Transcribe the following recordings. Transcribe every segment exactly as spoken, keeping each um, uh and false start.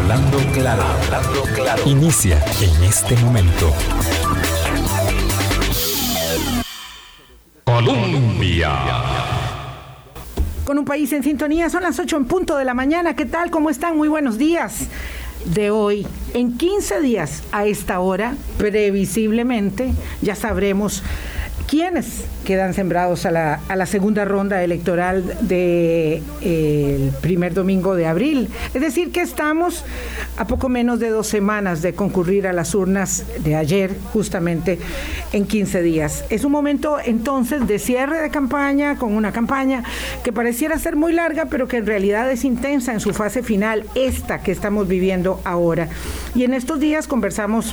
Hablando claro, hablando claro. Inicia en este momento. Colombia. Con un país en sintonía, son las ocho en punto de la mañana. ¿Qué tal? ¿Cómo están? Muy buenos días. De hoy, en quince días a esta hora, previsiblemente, ya sabremos quiénes quedan sembrados a la, a la segunda ronda electoral del eh, primer domingo de abril. Es decir, que estamos a poco menos de dos semanas de concurrir a las urnas de ayer, justamente en quince días. Es un momento entonces de cierre de campaña, con una campaña que pareciera ser muy larga, pero que en realidad es intensa en su fase final, esta que estamos viviendo ahora. Y en estos días conversamos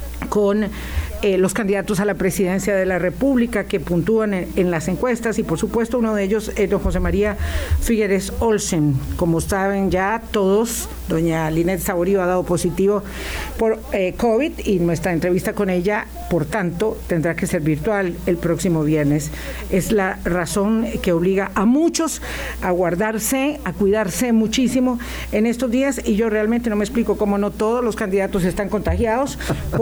con Eh, los candidatos a la presidencia de la República que puntúan en, en las encuestas, y por supuesto uno de ellos es don José María Figueres Olsen. Como saben ya todos, doña Linet Saborío ha dado positivo por eh, COVID, y nuestra entrevista con ella, por tanto, tendrá que ser virtual el próximo viernes. Es la razón que obliga a muchos a guardarse, a cuidarse muchísimo en estos días, y yo realmente no me explico cómo no todos los candidatos están contagiados,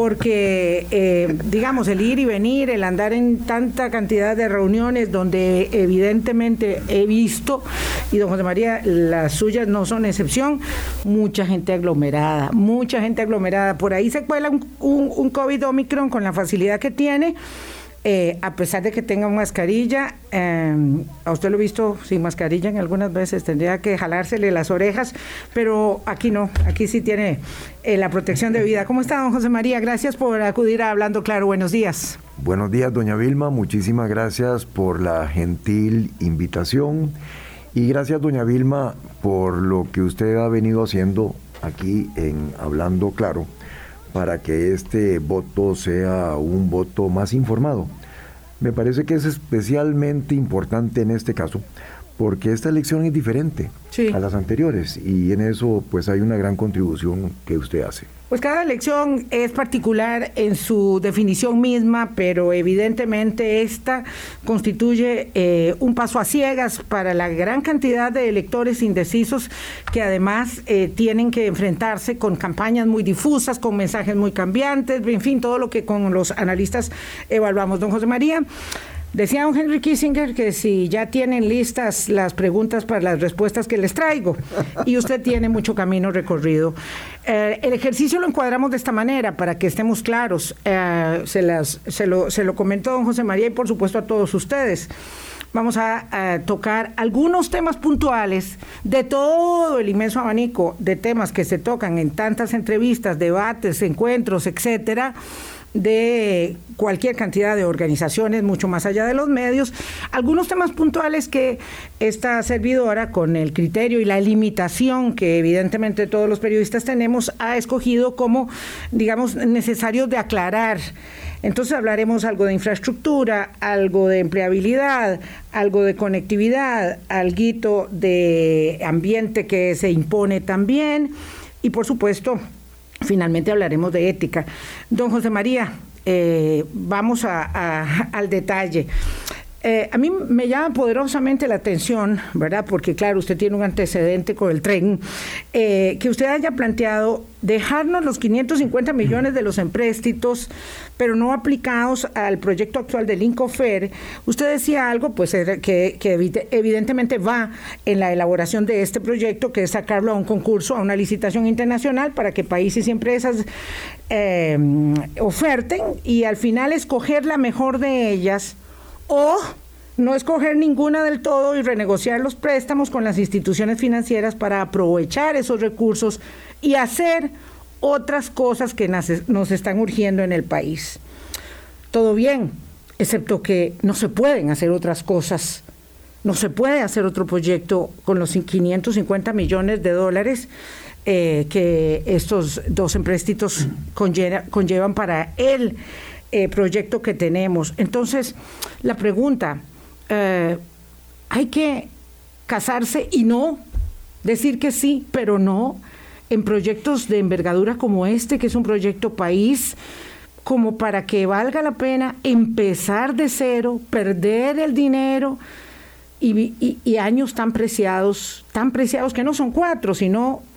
porque eh, digamos, el ir y venir, el andar en tanta cantidad de reuniones donde evidentemente he visto, y don José María, las suyas no son excepción, mucha gente aglomerada, mucha gente aglomerada. Por ahí se cuela un, un, un COVID Omicron con la facilidad que tiene, eh, a pesar de que tenga mascarilla. Eh, a usted lo he visto sin mascarilla en algunas veces, tendría que jalársele las orejas, pero aquí no, aquí sí tiene eh, la protección de vida. ¿Cómo está, don José María? Gracias por acudir a Hablando Claro. Buenos días. Buenos días, doña Vilma. Muchísimas gracias por la gentil invitación, y gracias, doña Vilma, por lo que usted ha venido haciendo aquí en Hablando Claro para que este voto sea un voto más informado. Me parece que es especialmente importante en este caso, porque esta elección es diferente sí. a las anteriores, y en eso pues hay una gran contribución que usted hace. Pues cada elección es particular en su definición misma, pero evidentemente esta constituye eh, un paso a ciegas para la gran cantidad de electores indecisos que además eh, tienen que enfrentarse con campañas muy difusas, con mensajes muy cambiantes, en fin, todo lo que con los analistas evaluamos. Don José María, decía don Henry Kissinger que si ya tienen listas las preguntas para las respuestas que les traigo, y usted tiene mucho camino recorrido. Eh, el ejercicio lo encuadramos de esta manera para que estemos claros. Eh, se, las, se, lo, se lo comentó don José María, y por supuesto a todos ustedes. Vamos a, a tocar algunos temas puntuales de todo el inmenso abanico de temas que se tocan en tantas entrevistas, debates, encuentros, etcétera, de cualquier cantidad de organizaciones, mucho más allá de los medios. Algunos temas puntuales que esta servidora, con el criterio y la limitación que evidentemente todos los periodistas tenemos, ha escogido como, digamos, necesarios de aclarar. Entonces hablaremos algo de infraestructura, algo de empleabilidad, algo de conectividad, alguito de ambiente que se impone también, y por supuesto finalmente hablaremos de ética. Don José María, eh, vamos a, a, al detalle. Eh, a mí me llama poderosamente la atención, ¿verdad? Porque claro, usted tiene un antecedente con el tren, eh, que usted haya planteado dejarnos los quinientos cincuenta millones de los empréstitos, pero no aplicados al proyecto actual del Incofer. Usted decía algo, pues, que, que evidentemente va en la elaboración de este proyecto, que es sacarlo a un concurso, a una licitación internacional, para que países y empresas eh, oferten, y al final escoger la mejor de ellas, o no escoger ninguna del todo y renegociar los préstamos con las instituciones financieras para aprovechar esos recursos y hacer otras cosas que nos están urgiendo en el país. Todo bien, excepto que no se pueden hacer otras cosas. No se puede hacer otro proyecto con los quinientos cincuenta millones de dólares eh, que estos dos empréstitos conlleva, conllevan para el Eh, proyecto que tenemos. Entonces, la pregunta, eh, ¿hay que casarse y no? Decir que sí, pero no, en proyectos de envergadura como este, que es un proyecto país, como para que valga la pena empezar de cero, perder el dinero y, y, y años tan preciados, tan preciados que no son cuatro, sino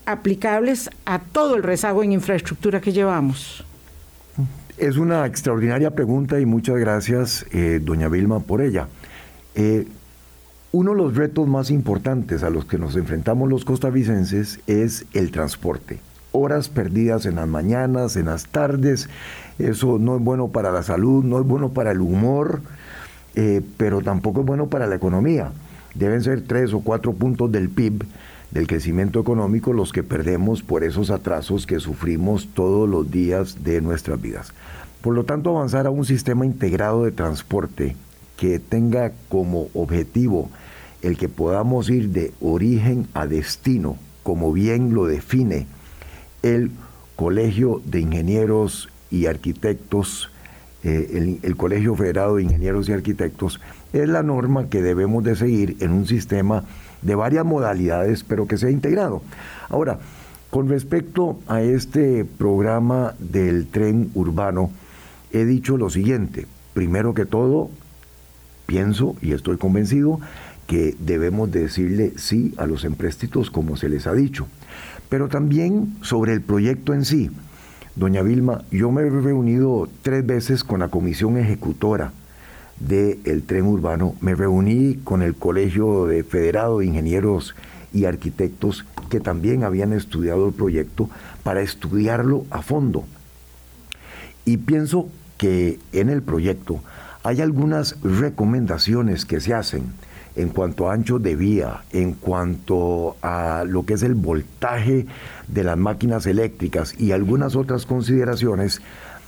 aplicables a todo el rezago en infraestructura que llevamos? Es una extraordinaria pregunta y muchas gracias, eh, doña Vilma, por ella. Eh, uno de los retos más importantes a los que nos enfrentamos los costarricenses es el transporte. Horas perdidas en las mañanas, en las tardes, eso no es bueno para la salud, no es bueno para el humor, eh, pero tampoco es bueno para la economía. Deben ser tres o cuatro puntos del P I B, del crecimiento económico, los que perdemos por esos atrasos que sufrimos todos los días de nuestras vidas. Por lo tanto, avanzar a un sistema integrado de transporte que tenga como objetivo el que podamos ir de origen a destino, como bien lo define el Colegio de Ingenieros y Arquitectos, eh, el, el Colegio Federado de Ingenieros y Arquitectos, es la norma que debemos de seguir en un sistema de varias modalidades, pero que sea integrado. Ahora, con respecto a este programa del tren urbano, he dicho lo siguiente: primero que todo, pienso y estoy convencido que debemos decirle sí a los empréstitos como se les ha dicho. Pero también sobre el proyecto en sí. Doña Vilma, yo me he reunido tres veces con la comisión ejecutora del tren urbano. Me reuní con el Colegio de Federado de Ingenieros y Arquitectos, que también habían estudiado el proyecto, para estudiarlo a fondo. Y pienso que en el proyecto hay algunas recomendaciones que se hacen en cuanto a ancho de vía, en cuanto a lo que es el voltaje de las máquinas eléctricas y algunas otras consideraciones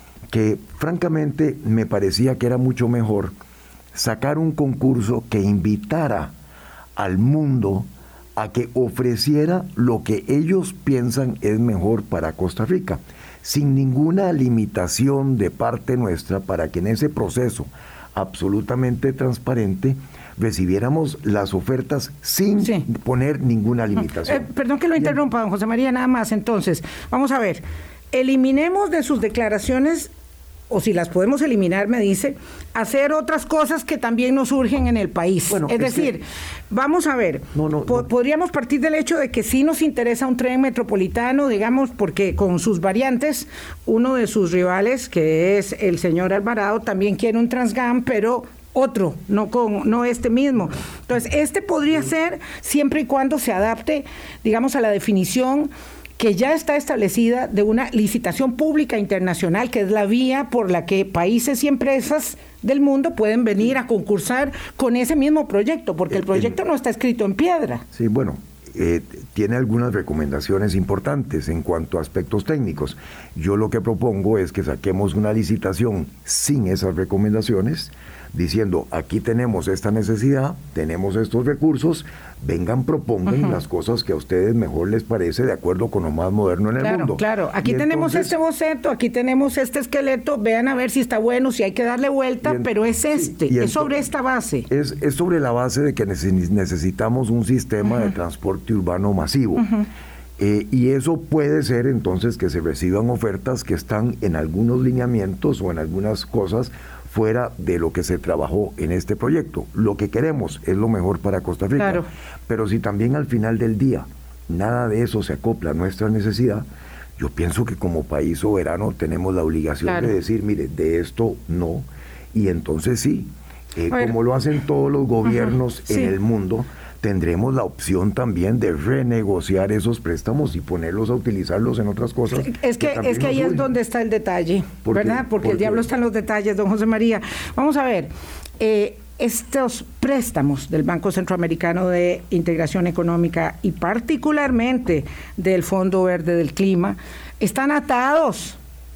que francamente me parecía que era mucho mejor sacar un concurso que invitara al mundo a que ofreciera lo que ellos piensan es mejor para Costa Rica, sin ninguna limitación de parte nuestra, para que en ese proceso absolutamente transparente recibiéramos las ofertas sin sí. poner ninguna limitación. Eh, perdón que lo interrumpa, don José María, nada más. Entonces, vamos a ver, eliminemos de sus declaraciones, o si las podemos eliminar, me dice, hacer otras cosas que también nos surgen en el país. Bueno, es, es decir, que... vamos a ver, no, no, po- no. podríamos partir del hecho de que sí nos interesa un tren metropolitano, digamos, porque con sus variantes, uno de sus rivales, que es el señor Alvarado, también quiere un Transgam, pero otro, no con no este mismo. Entonces, este podría ser siempre y cuando se adapte, digamos, a la definición que ya está establecida de una licitación pública internacional, que es la vía por la que países y empresas del mundo pueden venir a concursar con ese mismo proyecto, porque el proyecto no está escrito en piedra. Sí, bueno, eh, tiene algunas recomendaciones importantes en cuanto a aspectos técnicos. Yo lo que propongo es que saquemos una licitación sin esas recomendaciones, diciendo, aquí tenemos esta necesidad, tenemos estos recursos, vengan, propongan uh-huh. las cosas que a ustedes mejor les parece de acuerdo con lo más moderno en el claro, mundo. Claro, claro. Aquí y tenemos entonces, este boceto, aquí tenemos este esqueleto, vean a ver si está bueno, si hay que darle vuelta, en, pero es este, sí, es entonces, sobre esta base. Es, es sobre la base de que necesitamos un sistema uh-huh. de transporte urbano masivo. Uh-huh. Eh, y eso puede ser entonces que se reciban ofertas que están en algunos lineamientos o en algunas cosas fuera de lo que se trabajó en este proyecto. Lo que queremos es lo mejor para Costa Rica. Claro. Pero si también al final del día nada de eso se acopla a nuestra necesidad, yo pienso que como país soberano tenemos la obligación claro. de decir, mire, de esto no, y entonces sí, eh, como lo hacen todos los gobiernos uh-huh. en sí. el mundo, tendremos la opción también de renegociar esos préstamos y ponerlos a utilizarlos en otras cosas. Es que, que es que ahí es donde está el detalle, ¿Por ¿verdad? Porque ¿Por el diablo está en los detalles, don José María. Vamos a ver, eh, estos préstamos del Banco Centroamericano de Integración Económica y particularmente del Fondo Verde del Clima están atados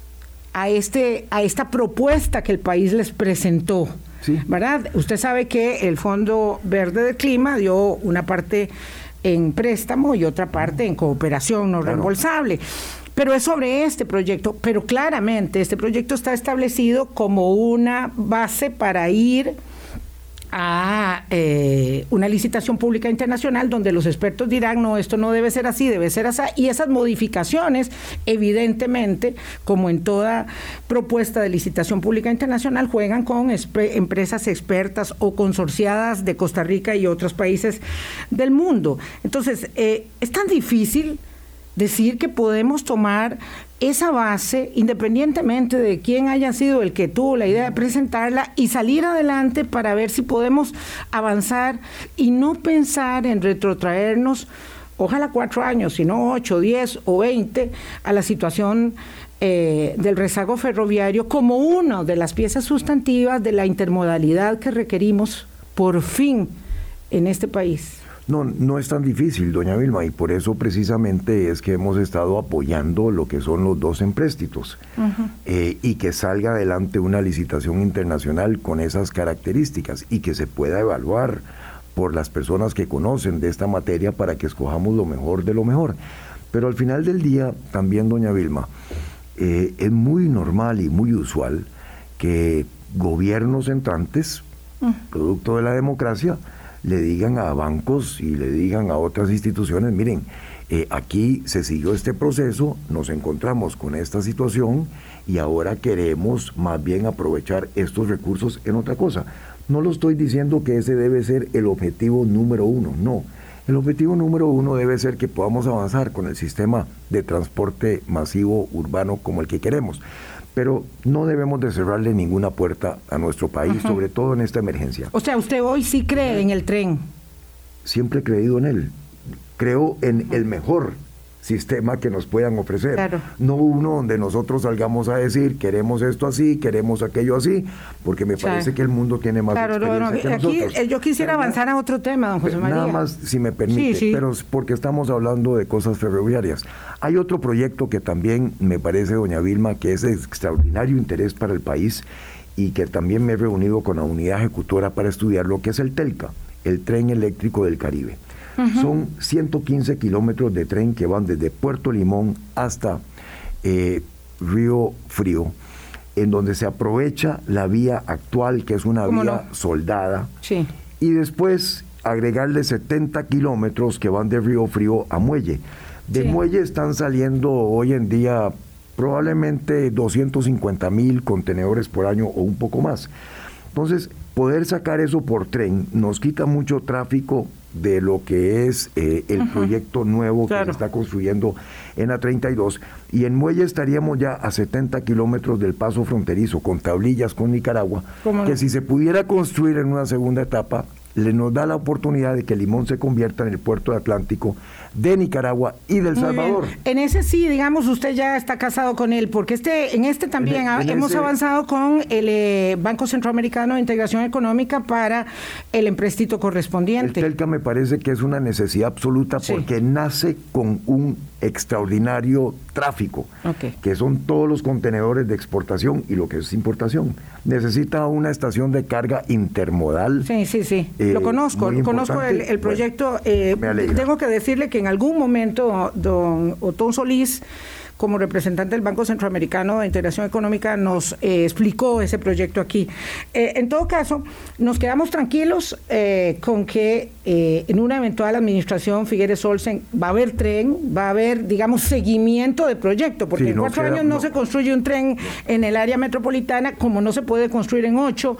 a este a esta propuesta que el país les presentó. Sí. ¿Verdad? Usted sabe que el Fondo Verde del Clima dio una parte en préstamo y otra parte en cooperación no claro. reembolsable. Pero es sobre este proyecto, pero claramente este proyecto está establecido como una base para ir a eh, una licitación pública internacional donde los expertos dirán, no, esto no debe ser así, debe ser así, y esas modificaciones, evidentemente, como en toda propuesta de licitación pública internacional, juegan con espe- empresas expertas o consorciadas de Costa Rica y otros países del mundo. Entonces, eh, es tan difícil decir que podemos tomar esa base, independientemente de quién haya sido el que tuvo la idea de presentarla, y salir adelante para ver si podemos avanzar y no pensar en retrotraernos, ojalá cuatro años, sino ocho, diez o veinte, a la situación eh, del rezago ferroviario como una de las piezas sustantivas de la intermodalidad que requerimos por fin en este país. No, no es tan difícil, doña Vilma, y por eso precisamente es que hemos estado apoyando lo que son los dos empréstitos, uh-huh. eh, y que salga adelante una licitación internacional con esas características y que se pueda evaluar por las personas que conocen de esta materia para que escojamos lo mejor de lo mejor. Pero al final del día, también, doña Vilma, eh, es muy normal y muy usual que gobiernos entrantes, uh-huh. producto de la democracia, le digan a bancos y le digan a otras instituciones, miren, eh, aquí se siguió este proceso, nos encontramos con esta situación y ahora queremos más bien aprovechar estos recursos en otra cosa. No lo estoy diciendo que ese debe ser el objetivo número uno, no. El objetivo número uno debe ser que podamos avanzar con el sistema de transporte masivo urbano como el que queremos. Pero no debemos de cerrarle ninguna puerta a nuestro país, uh-huh. sobre todo en esta emergencia. O sea, usted hoy sí cree en el tren. Siempre he creído en él. Creo en el mejor sistema que nos puedan ofrecer. Claro. No uno donde nosotros salgamos a decir, queremos esto así, queremos aquello así, porque me parece claro. que el mundo tiene más claro, experiencia no, no, que aquí, nosotros. Yo quisiera pero avanzar no, a otro tema, don José María. Nada más, si me permite, sí, sí. pero porque estamos hablando de cosas ferroviarias. Hay otro proyecto que también me parece, doña Vilma, que es de extraordinario interés para el país y que también me he reunido con la unidad ejecutora para estudiar lo que es el TELCA, el Tren Eléctrico del Caribe. Uh-huh. Son ciento quince kilómetros de tren que van desde Puerto Limón hasta eh, Río Frío, en donde se aprovecha la vía actual, que es una vía no? soldada, sí. y después agregarle setenta kilómetros que van de Río Frío a Muelle. De sí. Muelle están saliendo hoy en día probablemente doscientos cincuenta mil contenedores por año o un poco más. Entonces, poder sacar eso por tren nos quita mucho tráfico de lo que es eh, el uh-huh. proyecto nuevo claro. que se está construyendo en la treinta y dos, y en Muelle estaríamos ya a setenta kilómetros del paso fronterizo, con tablillas con Nicaragua, que no? si se pudiera construir en una segunda etapa, le nos da la oportunidad de que Limón se convierta en el puerto de Atlántico de Nicaragua y del Muy Salvador. Bien. En ese sí, digamos, usted ya está casado con él, porque este, en este también en, en hemos ese... avanzado con el eh, Banco Centroamericano de Integración Económica para el empréstito correspondiente. El TELCA me parece que es una necesidad absoluta sí. porque nace con un extraordinario tráfico, okay. que son todos los contenedores de exportación y lo que es importación. Necesita una estación de carga intermodal. Sí, sí, sí. Eh, lo conozco, conozco el, el proyecto. Bueno, eh, tengo que decirle que en algún momento don Otón Solís, como representante del Banco Centroamericano de Integración Económica, nos eh, explicó ese proyecto aquí. Eh, en todo caso, nos quedamos tranquilos eh, con que eh, en una eventual administración Figueres Olsen va a haber tren, va a haber, digamos, seguimiento de proyecto, porque sí, en no cuatro queda, años no, no se construye un tren en el área metropolitana, como no se puede construir en ocho,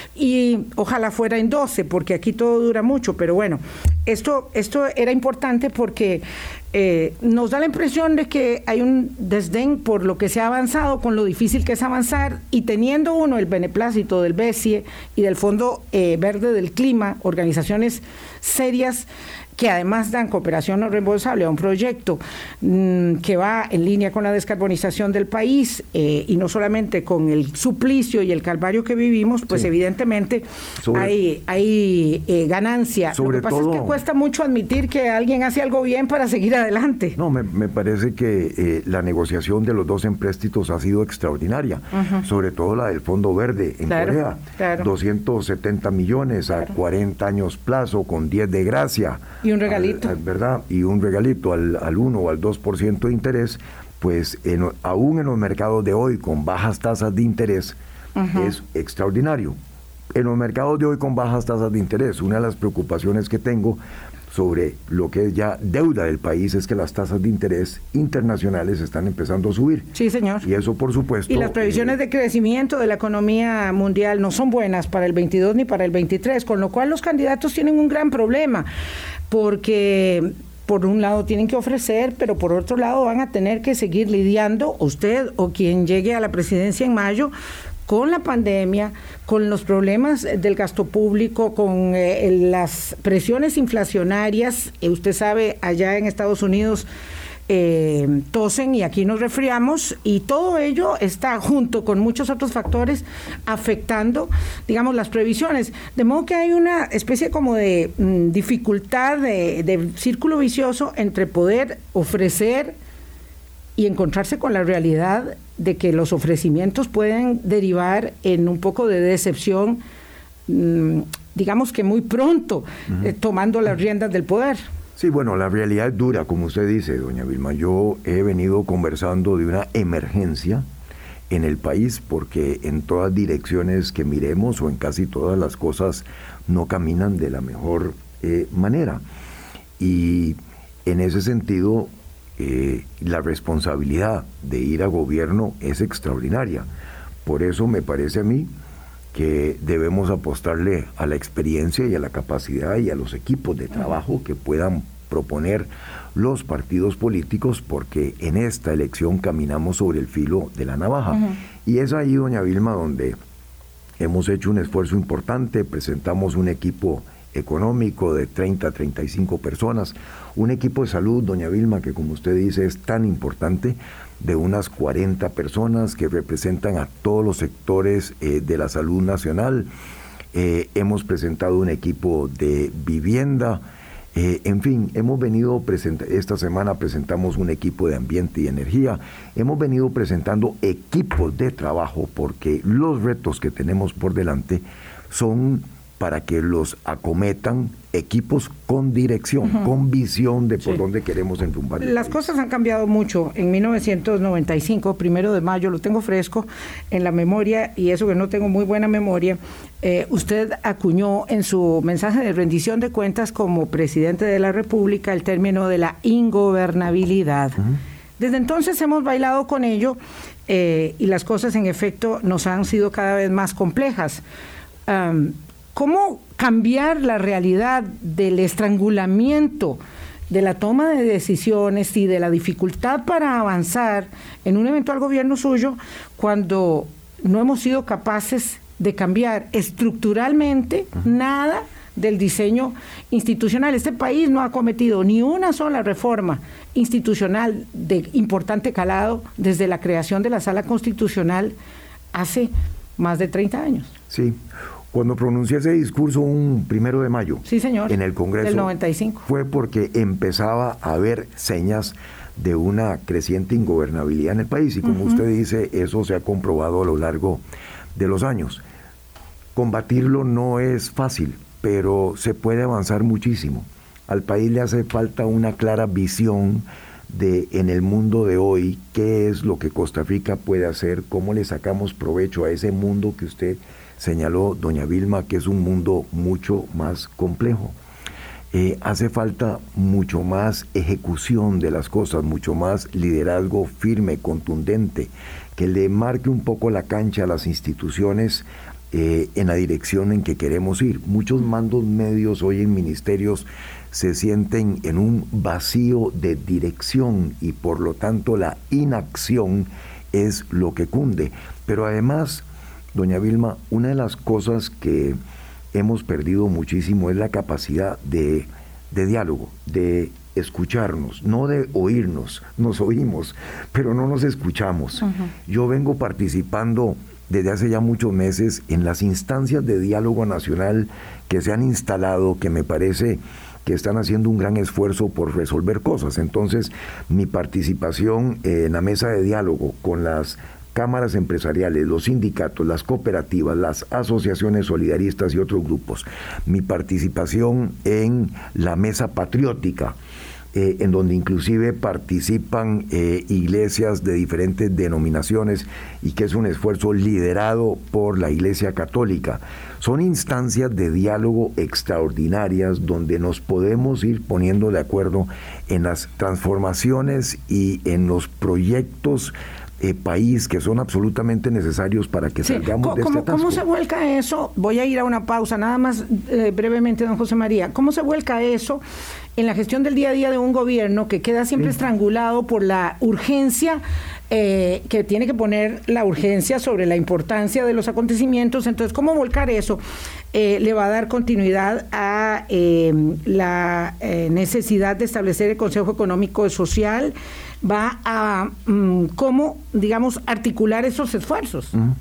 y ojalá fuera en doce, porque aquí todo dura mucho, pero bueno, esto, esto era importante porque eh, nos da la impresión de que hay un desdén por lo que se ha avanzado, con lo difícil que es avanzar, y teniendo uno el beneplácito del BESIE y del Fondo eh, Verde del Clima, organizaciones serias que además dan cooperación no reembolsable a un proyecto mmm, que va en línea con la descarbonización del país eh, y no solamente con el suplicio y el calvario que vivimos, pues sí. evidentemente sobre, hay, hay eh, ganancia. Lo que pasa todo, es que cuesta mucho admitir que alguien hace algo bien para seguir adelante. No, me, me parece que eh, la negociación de los dos empréstitos ha sido extraordinaria, uh-huh. sobre todo la del Fondo Verde en claro, Corea, claro. doscientos setenta millones a claro. cuarenta años plazo con diez de gracia. Y un regalito. Al, al, ¿verdad? Y un regalito al, al uno o al dos por ciento de interés, pues en, aún en los mercados de hoy con bajas tasas de interés, uh-huh. es extraordinario. En los mercados de hoy con bajas tasas de interés, una de las preocupaciones que tengo sobre lo que es ya deuda del país es que las tasas de interés internacionales están empezando a subir. Sí, señor. Y eso, por supuesto... Y las previsiones eh, de crecimiento de la economía mundial no son buenas para el veintidós ni para el veintitrés, con lo cual los candidatos tienen un gran problema, porque por un lado tienen que ofrecer, pero por otro lado van a tener que seguir lidiando, usted o quien llegue a la presidencia en mayo, con la pandemia, con los problemas del gasto público, con eh, las presiones inflacionarias. Eh, usted sabe, allá en Estados Unidos eh, tosen y aquí nos resfriamos, y todo ello está junto con muchos otros factores afectando, digamos, las previsiones. De modo que hay una especie como de mm, dificultad, de, de círculo vicioso entre poder ofrecer y encontrarse con la realidad de que los ofrecimientos pueden derivar en un poco de decepción, mmm, digamos que muy pronto, uh-huh. eh, tomando las riendas del poder. Sí, bueno, la realidad es dura, como usted dice, doña Vilma. Yo he venido conversando de una emergencia en el país porque en todas direcciones que miremos o en casi todas las cosas no caminan de la mejor eh, manera. Y en ese sentido, Eh, la responsabilidad de ir a gobierno es extraordinaria. Por eso me parece a mí que debemos apostarle a la experiencia y a la capacidad y a los equipos de trabajo que puedan proponer los partidos políticos, porque en esta elección caminamos sobre el filo de la navaja. Uh-huh. Y es ahí, doña Vilma, donde hemos hecho un esfuerzo importante. Presentamos un equipo económico de treinta a treinta y cinco personas, un equipo de salud, doña Vilma, que como usted dice es tan importante, de unas cuarenta personas que representan a todos los sectores eh, de la salud nacional. Eh, hemos presentado un equipo de vivienda, eh, en fin, hemos venido presenta- esta semana presentamos un equipo de ambiente y energía, hemos venido presentando equipos de trabajo porque los retos que tenemos por delante son para que los acometan equipos con dirección, uh-huh. con visión de por sí. dónde queremos enrumbar. Las país. Cosas han cambiado mucho. En mil novecientos noventa y cinco, primero de mayo, lo tengo fresco en la memoria, y eso que no tengo muy buena memoria, eh, usted acuñó en su mensaje de rendición de cuentas como presidente de la República el término de la ingobernabilidad. Uh-huh. Desde entonces hemos bailado con ello, eh, y las cosas en efecto nos han sido cada vez más complejas. Um, ¿Cómo cambiar la realidad del estrangulamiento de la toma de decisiones y de la dificultad para avanzar en un eventual gobierno suyo cuando no hemos sido capaces de cambiar estructuralmente nada del diseño institucional? Este país no ha cometido ni una sola reforma institucional de importante calado desde la creación de la Sala Constitucional hace más de treinta años. Sí. Cuando pronuncié ese discurso un primero de mayo, sí, señor, en el Congreso, del noventa y cinco, fue porque empezaba a haber señas de una creciente ingobernabilidad en el país, y como uh-huh. usted dice, eso se ha comprobado a lo largo de los años. Combatirlo no es fácil, pero se puede avanzar muchísimo. Al país le hace falta una clara visión de, en el mundo de hoy, qué es lo que Costa Rica puede hacer, cómo le sacamos provecho a ese mundo que usted señaló, doña Vilma, que es un mundo mucho más complejo. Eh, hace falta mucho más ejecución de las cosas, mucho más liderazgo firme, contundente, que le marque un poco la cancha a las instituciones eh, en la dirección en que queremos ir. Muchos mandos medios hoy en ministerios se sienten en un vacío de dirección y por lo tanto la inacción es lo que cunde. Pero además, doña Vilma, una de las cosas que hemos perdido muchísimo es la capacidad de, de diálogo, de escucharnos, no de oírnos. Nos oímos, pero no nos escuchamos. Uh-huh. Yo vengo participando desde hace ya muchos meses en las instancias de diálogo nacional que se han instalado, que me parece que están haciendo un gran esfuerzo por resolver cosas. Entonces, mi participación en la mesa de diálogo con las cámaras empresariales, los sindicatos, las cooperativas, las asociaciones solidaristas y otros grupos, mi participación en la mesa patriótica, eh, en donde inclusive participan eh, iglesias de diferentes denominaciones y que es un esfuerzo liderado por la Iglesia Católica. Son instancias de diálogo extraordinarias donde nos podemos ir poniendo de acuerdo en las transformaciones y en los proyectos eh, país que son absolutamente necesarios para que sí. salgamos de este atasco. ¿Cómo se vuelca eso? Voy a ir a una pausa, nada más eh, brevemente, don José María. ¿Cómo se vuelca eso en la gestión del día a día de un gobierno que queda siempre sí. estrangulado por la urgencia, eh, que tiene que poner la urgencia sobre la importancia de los acontecimientos? Entonces, ¿cómo volcar eso? Eh, le va a dar continuidad a eh, la eh, necesidad de establecer el Consejo Económico y Social, va a um, cómo, digamos, articular esos esfuerzos. Uh-huh.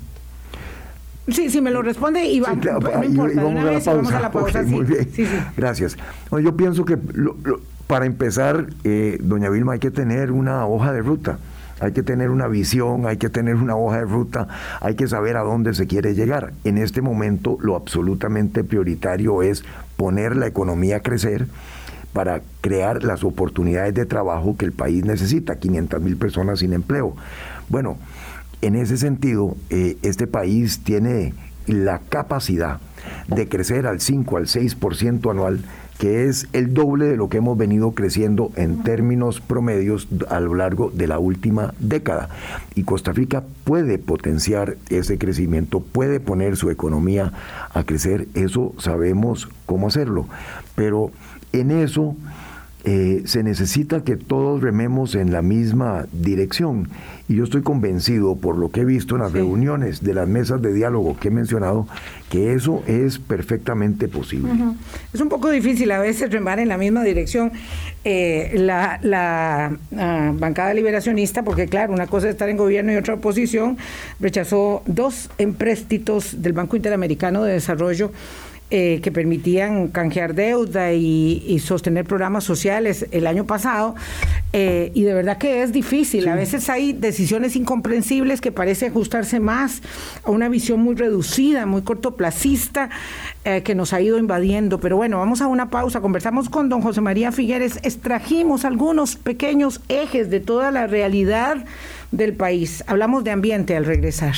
Sí, sí, me lo responde y va, sí, claro, no importa, y, y vamos, a vez, vamos a la pausa. Okay, sí, muy bien. Sí, sí. Gracias. Bueno, yo pienso que lo, lo, para empezar, eh, doña Vilma, hay que tener una hoja de ruta. Hay que tener una visión, hay que tener una hoja de ruta, hay que saber a dónde se quiere llegar. En este momento lo absolutamente prioritario es poner la economía a crecer para crear las oportunidades de trabajo que el país necesita, quinientas mil personas sin empleo. Bueno, en ese sentido, eh, este país tiene la capacidad de crecer al cinco al seis por ciento anual, que es el doble de lo que hemos venido creciendo en términos promedios a lo largo de la última década. Y Costa Rica puede potenciar ese crecimiento, puede poner su economía a crecer, eso sabemos cómo hacerlo. Pero en eso eh, se necesita que todos rememos en la misma dirección. Y yo estoy convencido, por lo que he visto en las sí. reuniones de las mesas de diálogo que he mencionado, que eso es perfectamente posible. Uh-huh. Es un poco difícil a veces remar en la misma dirección. Eh, la, la uh, bancada liberacionista, porque claro, una cosa es estar en gobierno y otra oposición, rechazó dos empréstitos del Banco Interamericano de Desarrollo Eh, que permitían canjear deuda y, y sostener programas sociales el año pasado, eh, y de verdad que es difícil. Sí. A veces hay decisiones incomprensibles que parece ajustarse más a una visión muy reducida, muy cortoplacista, eh, que nos ha ido invadiendo. Pero bueno, vamos a una pausa. Conversamos con don José María Figueres, extrajimos algunos pequeños ejes de toda la realidad del país. Hablamos de ambiente al regresar.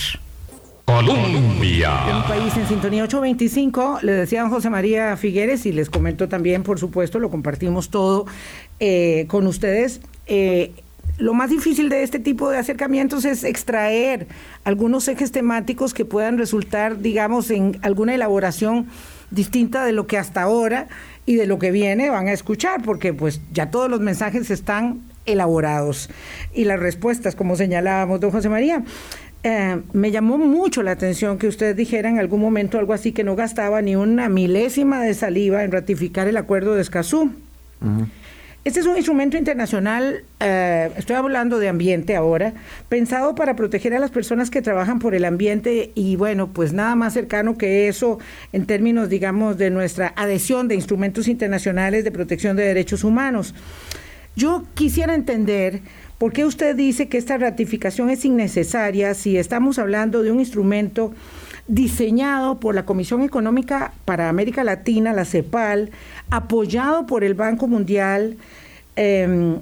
Colombia. Un país en sintonía. Ocho veinticinco, le decía don José María Figueres, y les comento también, por supuesto, lo compartimos todo eh, con ustedes. Eh, lo más difícil de este tipo de acercamientos es extraer algunos ejes temáticos que puedan resultar, digamos, en alguna elaboración distinta de lo que hasta ahora y de lo que viene van a escuchar, porque pues ya todos los mensajes están elaborados y las respuestas, como señalábamos, don José María. Eh, me llamó mucho la atención que usted dijera en algún momento algo así, que no gastaba ni una milésima de saliva en ratificar el acuerdo de Escazú. Uh-huh. Este es un instrumento internacional, eh, estoy hablando de ambiente ahora, pensado para proteger a las personas que trabajan por el ambiente, y bueno, pues nada más cercano que eso en términos, digamos, de nuestra adhesión de instrumentos internacionales de protección de derechos humanos. Yo quisiera entender por qué usted dice que esta ratificación es innecesaria si estamos hablando de un instrumento diseñado por la Comisión Económica para América Latina, la CEPAL, apoyado por el Banco Mundial, eh,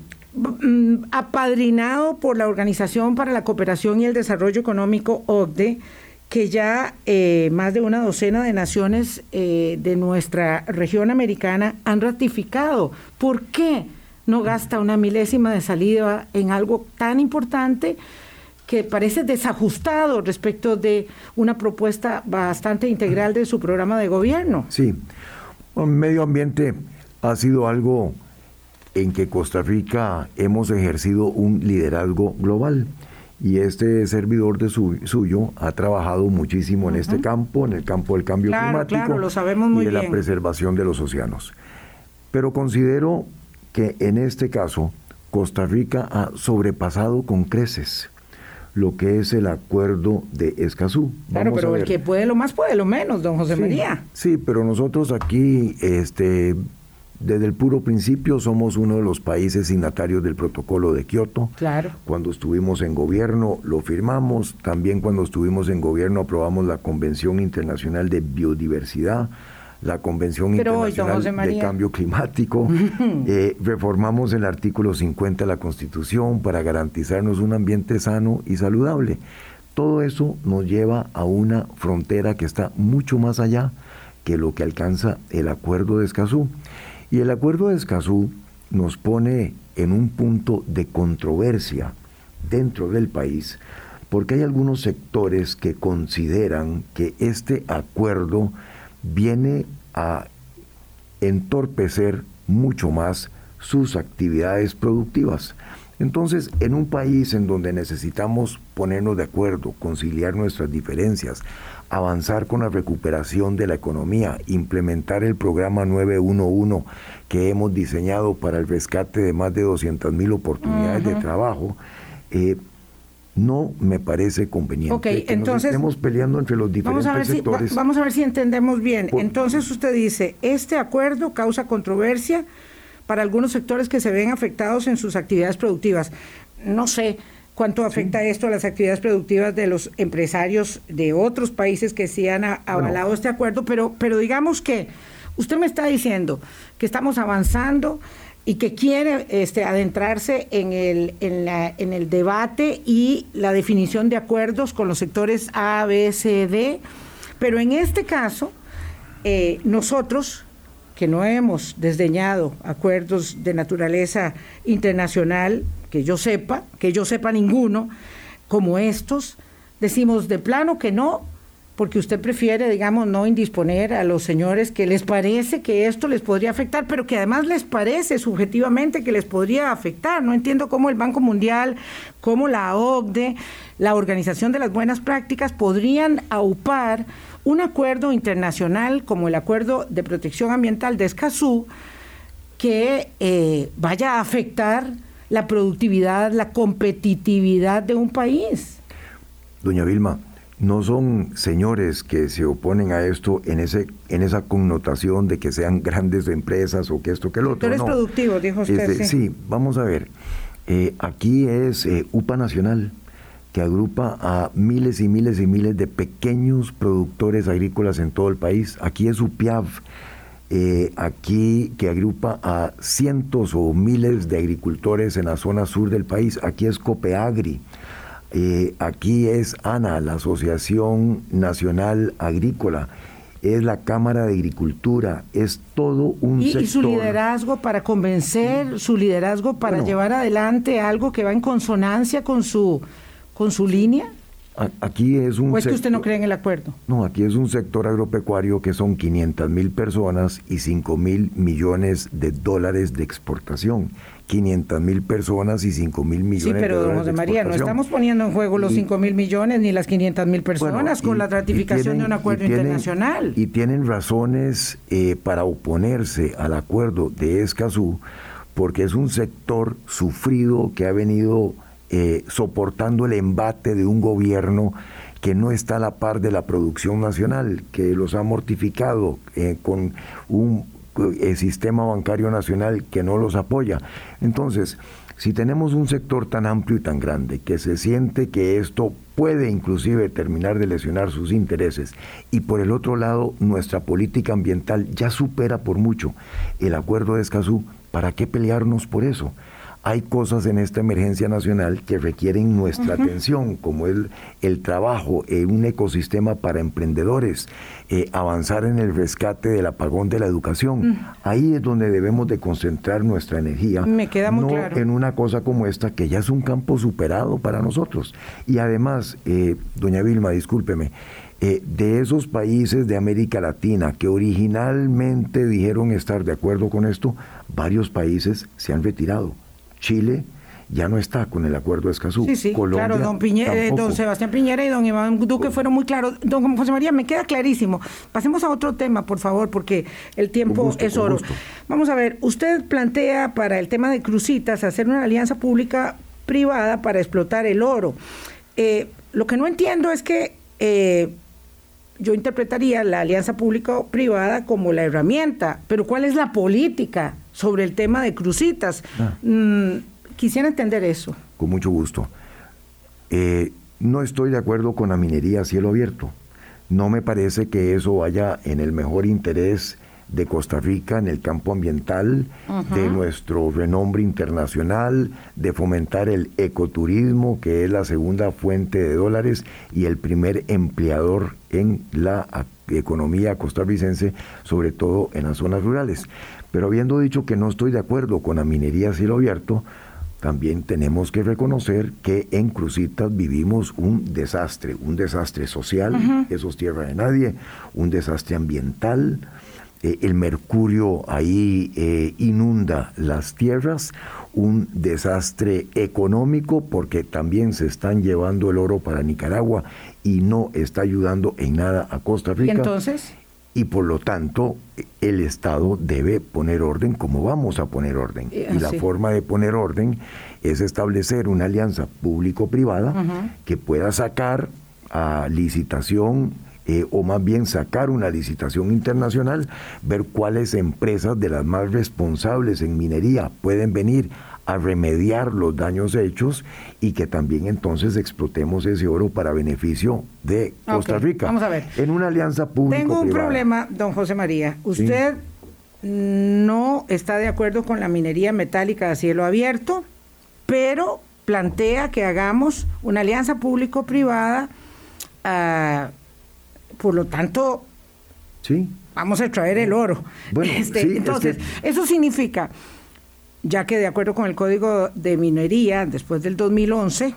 apadrinado por la Organización para la Cooperación y el Desarrollo Económico, O C D E, que ya eh, más de una docena de naciones eh, de nuestra región americana han ratificado. ¿Por qué no gasta una milésima de saliva en algo tan importante que parece desajustado respecto de una propuesta bastante integral de su programa de gobierno? Sí, el medio ambiente ha sido algo en que Costa Rica hemos ejercido un liderazgo global, y este servidor de su, suyo ha trabajado muchísimo uh-huh. en este campo, en el campo del cambio claro, climático claro, lo sabemos muy y de bien. la preservación de los océanos. Pero considero que en este caso Costa Rica ha sobrepasado con creces lo que es el acuerdo de Escazú. Claro, Vamos pero el que puede lo más puede lo menos, don José sí, María. Sí, pero nosotros aquí, este, desde el puro principio, somos uno de los países signatarios del protocolo de Kioto. Claro. Cuando estuvimos en gobierno lo firmamos, también cuando estuvimos en gobierno aprobamos la Convención Internacional de Biodiversidad, la Convención Pero Internacional hoy, de Cambio Climático, eh, reformamos el artículo cincuenta de la Constitución para garantizarnos un ambiente sano y saludable. Todo eso nos lleva a una frontera que está mucho más allá que lo que alcanza el Acuerdo de Escazú. Y el Acuerdo de Escazú nos pone en un punto de controversia dentro del país, porque hay algunos sectores que consideran que este acuerdo viene a entorpecer mucho más sus actividades productivas. Entonces, en un país en donde necesitamos ponernos de acuerdo, conciliar nuestras diferencias, avanzar con la recuperación de la economía, implementar el programa nueve uno uno que hemos diseñado para el rescate de más de doscientas mil oportunidades uh-huh. de trabajo, eh, no me parece conveniente okay, que entonces, nos estemos peleando entre los diferentes vamos a ver sectores. Si, va, vamos a ver si entendemos bien. Por, entonces usted dice, este acuerdo causa controversia para algunos sectores que se ven afectados en sus actividades productivas. No sé cuánto afecta sí. esto a las actividades productivas de los empresarios de otros países que sí han avalado bueno. este acuerdo, pero, pero digamos que usted me está diciendo que estamos avanzando y que quiere este, adentrarse en el, en, la, en el debate y la definición de acuerdos con los sectores A, B, C, D, pero en este caso, eh, nosotros, que no hemos desdeñado acuerdos de naturaleza internacional, que yo sepa, que yo sepa ninguno, como estos, decimos de plano que no, porque usted prefiere, digamos, no indisponer a los señores que les parece que esto les podría afectar, pero que además les parece subjetivamente que les podría afectar. No entiendo cómo el Banco Mundial, cómo la O C D E, la Organización de las Buenas Prácticas, podrían aupar un acuerdo internacional como el Acuerdo de Protección Ambiental de Escazú que eh, vaya a afectar la productividad, la competitividad de un país. Doña Vilma, no son señores que se oponen a esto en ese en esa connotación de que sean grandes empresas o que esto que el otro. Sectores no. productivos, dijo usted. Este, sí. sí, vamos a ver. Eh, aquí es eh, U P A Nacional, que agrupa a miles y miles y miles de pequeños productores agrícolas en todo el país. Aquí es U P I A V, eh, aquí que agrupa a cientos o miles de agricultores en la zona sur del país. Aquí es COPEAGRI. Eh, aquí es ANA, la Asociación Nacional Agrícola, es la Cámara de Agricultura, es todo un y, sector. Y su liderazgo para convencer, su liderazgo para bueno, llevar adelante algo que va en consonancia con su, con su línea. Aquí es un ¿O es que sector, usted no cree en el acuerdo? No, aquí es un sector agropecuario que son quinientas mil personas y cinco mil millones de dólares de exportación. quinientas mil personas y cinco mil millones sí, pero, de dólares José de María, no estamos poniendo en juego los cinco mil millones ni las quinientas mil personas bueno, y, con la ratificación tienen, de un acuerdo y tienen, internacional. Y tienen razones eh, para oponerse al acuerdo de Escazú, porque es un sector sufrido que ha venido eh, soportando el embate de un gobierno que no está a la par de la producción nacional, que los ha mortificado eh, con un el sistema bancario nacional que no los apoya. Entonces, si tenemos un sector tan amplio y tan grande que se siente que esto puede inclusive terminar de lesionar sus intereses, y por el otro lado nuestra política ambiental ya supera por mucho el acuerdo de Escazú, ¿para qué pelearnos por eso? Hay cosas en esta emergencia nacional que requieren nuestra uh-huh. atención, como el, el trabajo en un ecosistema para emprendedores, eh, avanzar en el rescate del apagón de la educación. Uh-huh. Ahí es donde debemos de concentrar nuestra energía. Me queda muy no claro. en una cosa como esta, que ya es un campo superado para nosotros. Y además, eh, doña Vilma, discúlpeme, eh, de esos países de América Latina que originalmente dijeron estar de acuerdo con esto, varios países se han retirado. Chile ya no está con el acuerdo de Escazú. Sí, sí, Colombia, claro, don, Piñera, eh, don Sebastián Piñera y don Iván Duque fueron muy claros. Don José María, me queda clarísimo. Pasemos a otro tema, por favor, porque el tiempo gusto, es oro. Vamos a ver, usted plantea para el tema de Cruzitas hacer una alianza pública-privada para explotar el oro. Eh, lo que no entiendo es que eh, yo interpretaría la alianza público-privada como la herramienta, pero ¿cuál es la política sobre el tema de Cruzitas? Ah. Mm, quisiera entender eso. Con mucho gusto. Eh, no estoy de acuerdo con la minería a cielo abierto. No me parece que eso vaya en el mejor interés de Costa Rica en el campo ambiental, uh-huh. de nuestro renombre internacional, de fomentar el ecoturismo, que es la segunda fuente de dólares y el primer empleador en la economía costarricense, sobre todo en las zonas rurales. Pero habiendo dicho que no estoy de acuerdo con la minería a cielo abierto, también tenemos que reconocer que en Cruzitas vivimos un desastre, un desastre social, uh-huh. Eso es tierra de nadie, un desastre ambiental, eh, el mercurio ahí eh, inunda las tierras, un desastre económico porque también se están llevando el oro para Nicaragua y no está ayudando en nada a Costa Rica. ¿Y entonces? Y por lo tanto, el Estado debe poner orden como vamos a poner orden. Y, y la sí. forma de poner orden es establecer una alianza público-privada uh-huh. que pueda sacar a licitación, eh, o más bien sacar una licitación internacional, ver cuáles empresas de las más responsables en minería pueden venir a remediar los daños hechos y que también entonces explotemos ese oro para beneficio de Costa okay, Rica. Vamos a ver. En una alianza público-privada. Tengo un problema, don José María. Usted sí. no está de acuerdo con la minería metálica a cielo abierto, pero plantea que hagamos una alianza público-privada. Uh, por lo tanto, sí. vamos a extraer el oro. Bueno, este, sí, entonces, es que... eso significa, ya que de acuerdo con el Código de Minería, después del dos mil once,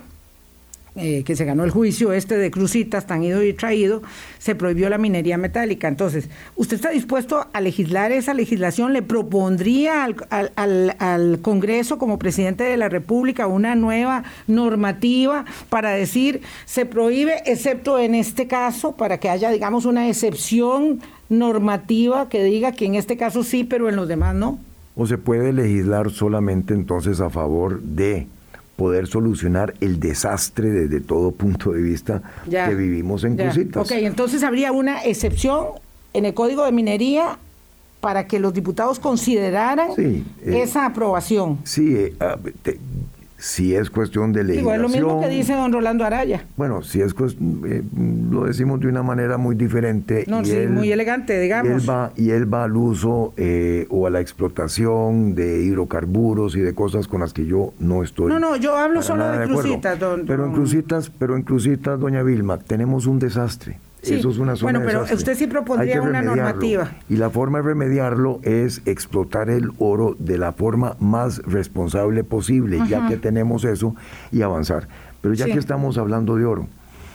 eh, que se ganó el juicio este de Cruzitas, tan ido y traído, se prohibió la minería metálica. Entonces, ¿usted está dispuesto a legislar esa legislación? ¿Le propondría al, al, al, al Congreso, como presidente de la República, una nueva normativa para decir, se prohíbe, excepto en este caso, para que haya, digamos, una excepción normativa que diga que en este caso sí, pero en los demás no? ¿O se puede legislar solamente entonces a favor de poder solucionar el desastre desde todo punto de vista ya, que vivimos en ya. Cruzitas? Ok, entonces habría una excepción en el Código de Minería para que los diputados consideraran sí, eh, esa aprobación. Sí, eh, te, si es cuestión de legislación... Digo, es lo mismo que dice don Rolando Araya. Bueno, si es eh, lo decimos de una manera muy diferente. No, y sí, él, muy elegante, digamos. Y él va, y él va al uso eh, o a la explotación de hidrocarburos y de cosas con las que yo no estoy. No, no, yo hablo solo de, de Cruzitas, don, don... Pero en Cruzitas, pero en Cruzitas, doña Vilma, tenemos un desastre. Sí. Eso es una zona bueno, pero desastre. usted sí propondría una normativa. Y la forma de remediarlo es explotar el oro de la forma más responsable posible, uh-huh. ya que tenemos eso, y avanzar. Pero ya sí. que estamos hablando de oro,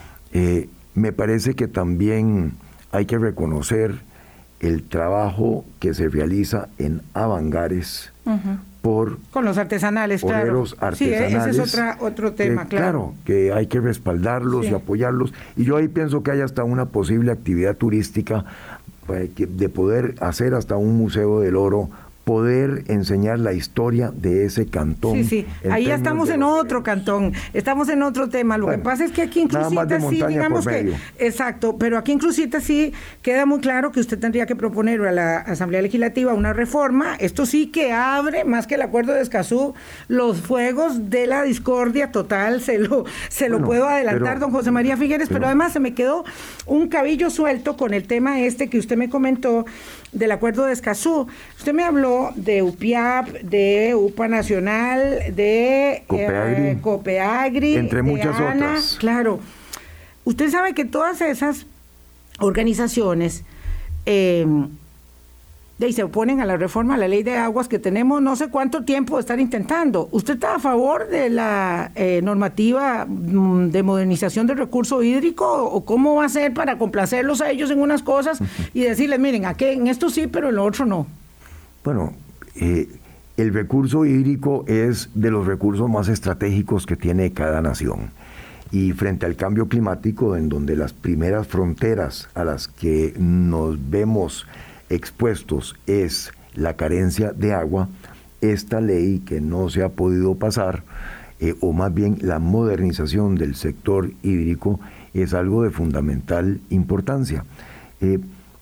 eh, me parece que también hay que reconocer el trabajo que se realiza en Avangares, uh-huh. por con los artesanales, claro. artesanales. Sí, ese es otra, otro tema, que, claro. Claro, que hay que respaldarlos sí. y apoyarlos. Y yo ahí pienso que hay hasta una posible actividad turística eh, que, de poder hacer hasta un museo del oro, poder enseñar la historia de ese cantón. Sí, sí, ahí ya estamos en otro cantón, estamos en otro tema. Lo bueno, que pasa es que aquí en Cruzitas sí, digamos que, exacto, pero aquí en Cruzitas sí queda muy claro que usted tendría que proponer a la Asamblea Legislativa una reforma. Esto sí que abre, más que el acuerdo de Escazú, los fuegos de la discordia total, se lo, se bueno, lo puedo adelantar, pero, don José María Figueres, pero, pero además se me quedó un cabillo suelto con el tema este que usted me comentó del acuerdo de Escazú. Usted me habló de U P I A P, de U P A Nacional, de Copeagri, eh, Copeagri entre muchas de ANA, otras. Claro. Usted sabe que todas esas organizaciones eh, de, se oponen a la reforma a la ley de aguas que tenemos no sé cuánto tiempo de estar intentando. ¿Usted está a favor de la eh, normativa de modernización del recurso hídrico o cómo va a ser para complacerlos a ellos en unas cosas y decirles, miren, aquí en esto sí, pero en lo otro no? Bueno, eh, el recurso hídrico es de los recursos más estratégicos que tiene cada nación. Y frente al cambio climático, en donde las primeras fronteras a las que nos vemos expuestos es la carencia de agua, esta ley que no se ha podido pasar, eh, o más bien la modernización del sector hídrico, es algo de fundamental importancia. Eh,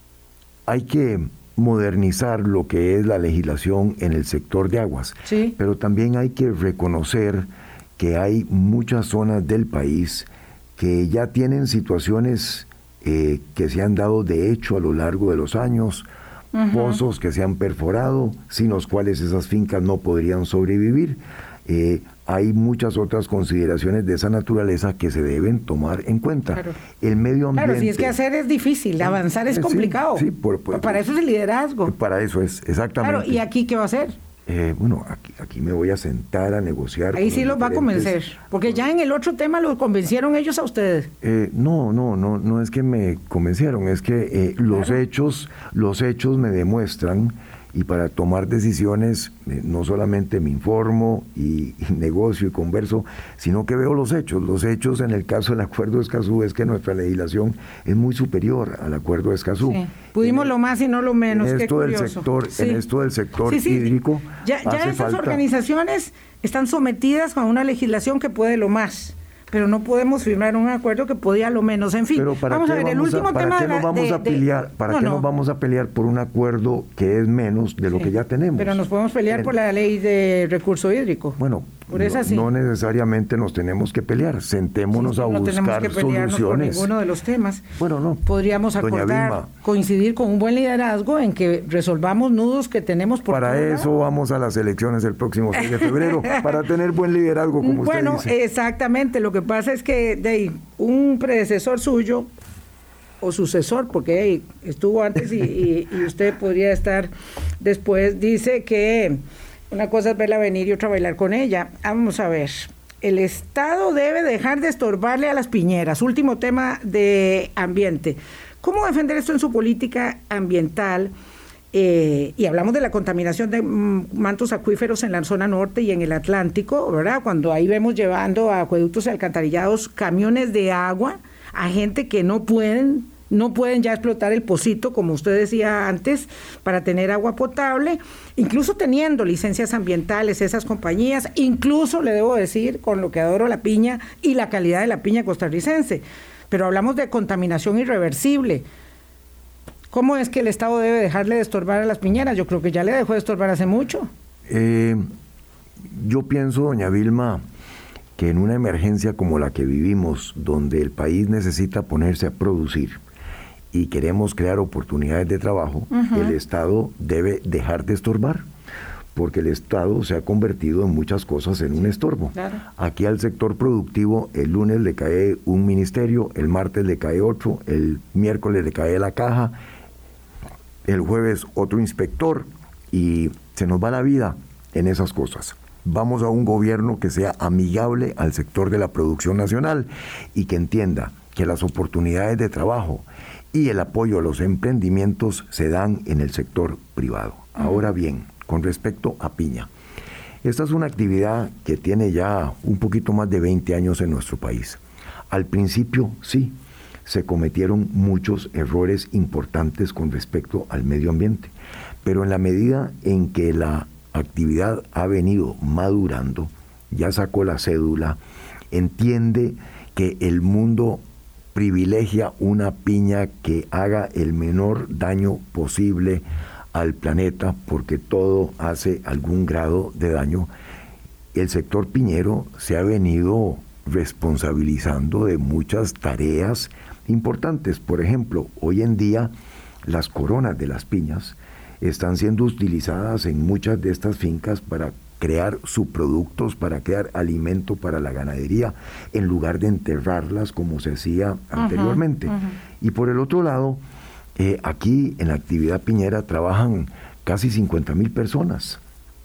hay que modernizar lo que es la legislación en el sector de aguas, sí. pero también hay que reconocer que hay muchas zonas del país que ya tienen situaciones eh, que se han dado de hecho a lo largo de los años, uh-huh. pozos que se han perforado, sin los cuales esas fincas no podrían sobrevivir. Eh, hay muchas otras consideraciones de esa naturaleza que se deben tomar en cuenta. Claro. El medio ambiente... Claro, si es que hacer es difícil, avanzar es complicado. Sí, sí, por, por, para eso es el liderazgo. Para eso es, exactamente. Claro, ¿y aquí qué va a hacer? Eh, bueno, aquí, aquí me voy a sentar a negociar. Ahí sí los va a convencer, porque ya en el otro tema los convencieron ellos a ustedes. Eh, no, no, no, no es que me convencieron, es que eh, los claro. hechos, los hechos me demuestran. Y para tomar decisiones, eh, no solamente me informo y, y negocio y converso, sino que veo los hechos. Los hechos en el caso del Acuerdo de Escazú es que nuestra legislación es muy superior al Acuerdo de Escazú. Sí. Pudimos en, lo más y no lo menos. En esto, Qué del sector, sí. en esto del sector sí, sí. hídrico. Ya, ya hace esas falta... organizaciones están sometidas a una legislación que puede lo más. Pero no podemos firmar un acuerdo que podía lo menos. En fin, pero ¿para vamos qué a ver, vamos el último a, ¿para tema qué de la, nos vamos de, a pelear, de, ¿para no, qué no. nos vamos a pelear por un acuerdo que es menos de lo sí, que ya tenemos? Pero nos podemos pelear en, por la ley de recurso hídrico. Bueno, por esa no, sí. no necesariamente nos tenemos que pelear, sentémonos sí, a no buscar tenemos que pelearnos soluciones. Por ninguno de los temas. Bueno, no. Podríamos acordar, coincidir con un buen liderazgo en que resolvamos nudos que tenemos por Para eso lado. Vamos a las elecciones el próximo seis de febrero, para tener buen liderazgo, como bueno, usted dice. Bueno, exactamente. Lo que pasa es que de ahí, un predecesor suyo o sucesor, porque hey, estuvo antes y, y, y usted podría estar después, dice que una cosa es verla venir y otra bailar con ella. Vamos a ver, el Estado debe dejar de estorbarle a las piñeras. Último tema de ambiente. ¿Cómo defender esto en su política ambiental? Eh, y hablamos de la contaminación de mm, mantos acuíferos en la zona norte y en el Atlántico, ¿verdad? Cuando ahí vemos llevando a acueductos y alcantarillados camiones de agua a gente que no pueden, no pueden ya explotar el pocito, como usted decía antes, para tener agua potable, incluso teniendo licencias ambientales esas compañías, incluso le debo decir, con lo que adoro la piña y la calidad de la piña costarricense, pero hablamos de contaminación irreversible. ¿Cómo es que el Estado debe dejarle de estorbar a las piñeras? Yo creo que ya le dejó de estorbar hace mucho. Eh, yo pienso, doña Vilma, que en una emergencia como la que vivimos, donde el país necesita ponerse a producir y queremos crear oportunidades de trabajo, uh-huh. el Estado debe dejar de estorbar, porque el Estado se ha convertido en muchas cosas en un estorbo. Claro. Aquí al sector productivo, el lunes le cae un ministerio, el martes le cae otro, el miércoles le cae la caja, el jueves otro inspector, y se nos va la vida en esas cosas. Vamos a un gobierno que sea amigable al sector de la producción nacional y que entienda que las oportunidades de trabajo y el apoyo a los emprendimientos se dan en el sector privado. Uh-huh. Ahora bien, con respecto a piña, esta es una actividad que tiene ya un poquito más de veinte años en nuestro país. Al principio, sí, se cometieron muchos errores importantes con respecto al medio ambiente, pero en la medida en que la actividad ha venido madurando, ya sacó la cédula, entiende que el mundo privilegia una piña que haga el menor daño posible al planeta, porque todo hace algún grado de daño. El sector piñero se ha venido responsabilizando de muchas tareas importantes. Por ejemplo, hoy en día las coronas de las piñas están siendo utilizadas en muchas de estas fincas para crear subproductos, para crear alimento para la ganadería, en lugar de enterrarlas como se hacía anteriormente. Uh-huh, uh-huh. Y por el otro lado, eh, aquí en la actividad piñera trabajan casi cincuenta mil personas.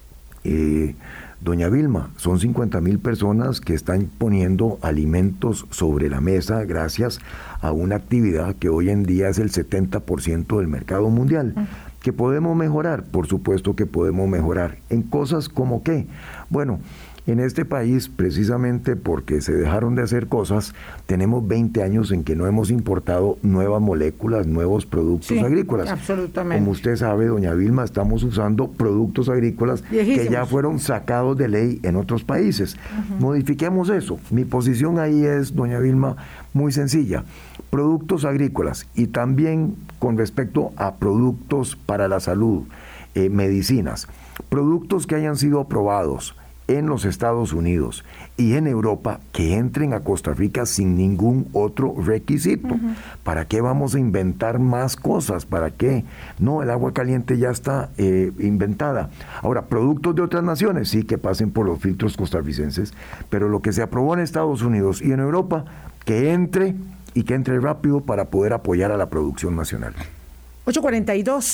Eh, Doña Vilma, son cincuenta mil personas que están poniendo alimentos sobre la mesa gracias a una actividad que hoy en día es el setenta por ciento del mercado mundial. Uh-huh. ¿Que podemos mejorar? Por supuesto que podemos mejorar. ¿En cosas como qué? Bueno, en este país, precisamente porque se dejaron de hacer cosas, tenemos veinte años en que no hemos importado nuevas moléculas, nuevos productos sí, agrícolas. Absolutamente. Como usted sabe, doña Vilma, estamos usando productos agrícolas Viejísimos. que ya fueron sacados de ley en otros países. Uh-huh. Modifiquemos eso. Mi posición ahí es, doña Vilma, muy sencilla. Productos agrícolas y también con respecto a productos para la salud, eh, medicinas, productos que hayan sido aprobados en los Estados Unidos y en Europa, que entren a Costa Rica sin ningún otro requisito. Uh-huh. ¿Para qué vamos a inventar más cosas? ¿Para qué? No, el agua caliente ya está eh, inventada. Ahora, productos de otras naciones, sí, que pasen por los filtros costarricenses, pero lo que se aprobó en Estados Unidos y en Europa, que entre y que entre rápido para poder apoyar a la producción nacional. ocho cuarenta y dos.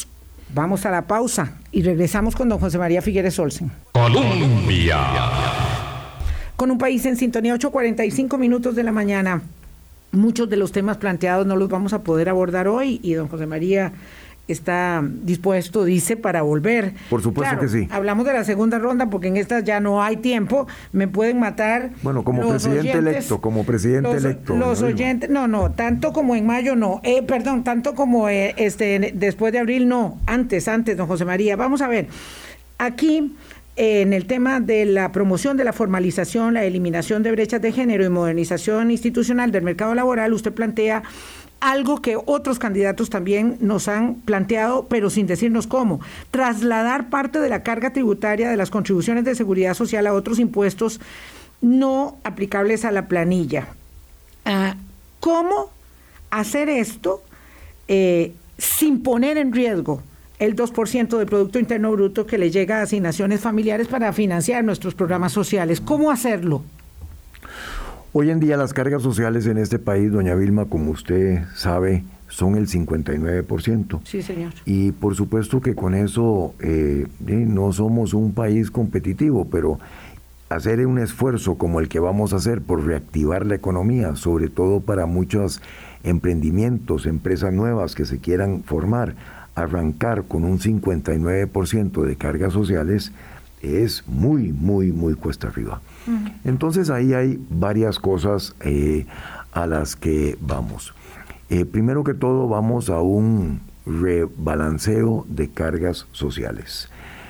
Vamos a la pausa y regresamos con don José María Figueres Olsen. Colombia. Con un país en sintonía, ocho cuarenta y cinco minutos de la mañana. Muchos de los temas planteados no los vamos a poder abordar hoy y don José María está dispuesto, dice, para volver. Por supuesto claro, que sí. Hablamos de la segunda ronda porque en esta ya no hay tiempo. Me pueden matar. Bueno, como los presidente oyentes, electo, como presidente los, electo. Los ¿no? oyentes, no, no, tanto como en mayo no. Eh, perdón, tanto como eh, este después de abril no. Antes, antes, don José María. Vamos a ver. Aquí, eh, en el tema de la promoción de la formalización, la eliminación de brechas de género y modernización institucional del mercado laboral, usted plantea algo que otros candidatos también nos han planteado, pero sin decirnos cómo: trasladar parte de la carga tributaria de las contribuciones de seguridad social a otros impuestos no aplicables a la planilla. Uh, ¿Cómo hacer esto eh, sin poner en riesgo el dos por ciento del Producto Interno Bruto que le llega a asignaciones familiares para financiar nuestros programas sociales? ¿Cómo hacerlo? Hoy en día las cargas sociales en este país, doña Vilma, como usted sabe, son el cincuenta y nueve por ciento. Sí, señor. Y por supuesto que con eso eh, eh, no somos un país competitivo, pero hacer un esfuerzo como el que vamos a hacer por reactivar la economía, sobre todo para muchos emprendimientos, empresas nuevas que se quieran formar, arrancar con un cincuenta y nueve por ciento de cargas sociales, es muy, muy, muy cuesta arriba. Uh-huh. Entonces ahí hay varias cosas eh, a las que vamos. Eh, primero que todo, vamos a un rebalanceo de cargas sociales.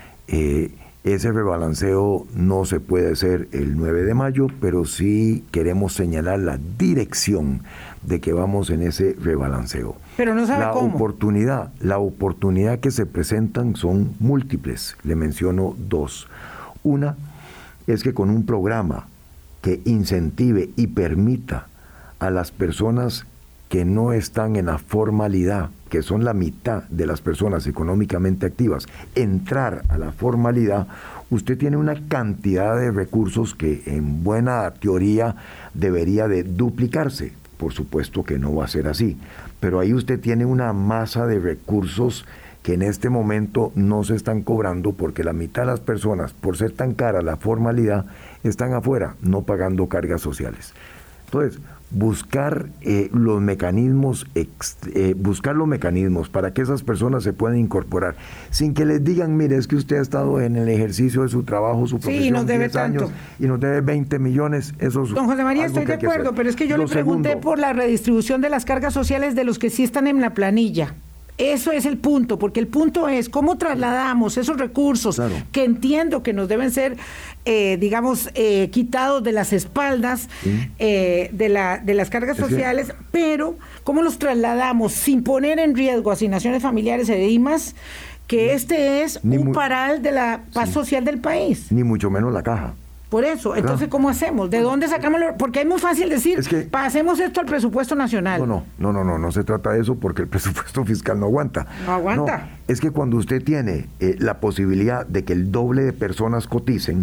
Eh, ese rebalanceo no se puede hacer el nueve de mayo, pero sí queremos señalar la dirección de que vamos en ese rebalanceo. Pero no sabe la cómo. Oportunidad, la oportunidad que se presentan son múltiples. Le menciono dos. Una es que con un programa que incentive y permita a las personas que no están en la formalidad, que son la mitad de las personas económicamente activas, entrar a la formalidad, usted tiene una cantidad de recursos que en buena teoría debería de duplicarse. Por supuesto que no va a ser así, pero ahí usted tiene una masa de recursos que en este momento no se están cobrando porque la mitad de las personas, por ser tan cara la formalidad, están afuera, no pagando cargas sociales. Entonces, buscar eh, los mecanismos, ex, eh, buscar los mecanismos para que esas personas se puedan incorporar, sin que les digan, mire, es que usted ha estado en el ejercicio de su trabajo, su profesión, sí, nos debe diez años, tanto. Y nos debe veinte millones, eso es. Don José María, algo estoy de que acuerdo, pero es que yo Lo le pregunté segundo, por la redistribución de las cargas sociales de los que sí están en la planilla. Eso es el punto, porque el punto es cómo trasladamos esos recursos, claro, que entiendo que nos deben ser, eh, digamos, eh, quitados de las espaldas, sí, eh, de, la, de las cargas es sociales, que... pero cómo los trasladamos sin poner en riesgo asignaciones familiares e I M A S, que este es Ni un mu... paral de la paz sí. social del país. Ni mucho menos la caja. Por eso, entonces, ¿cómo hacemos? ¿De dónde sacamos? Lo... Porque es muy fácil decir, es que, pasemos esto al presupuesto nacional. No, no, no, no, no, no se trata de eso porque el presupuesto fiscal no aguanta. No aguanta. No, es que cuando usted tiene eh, la posibilidad de que el doble de personas coticen,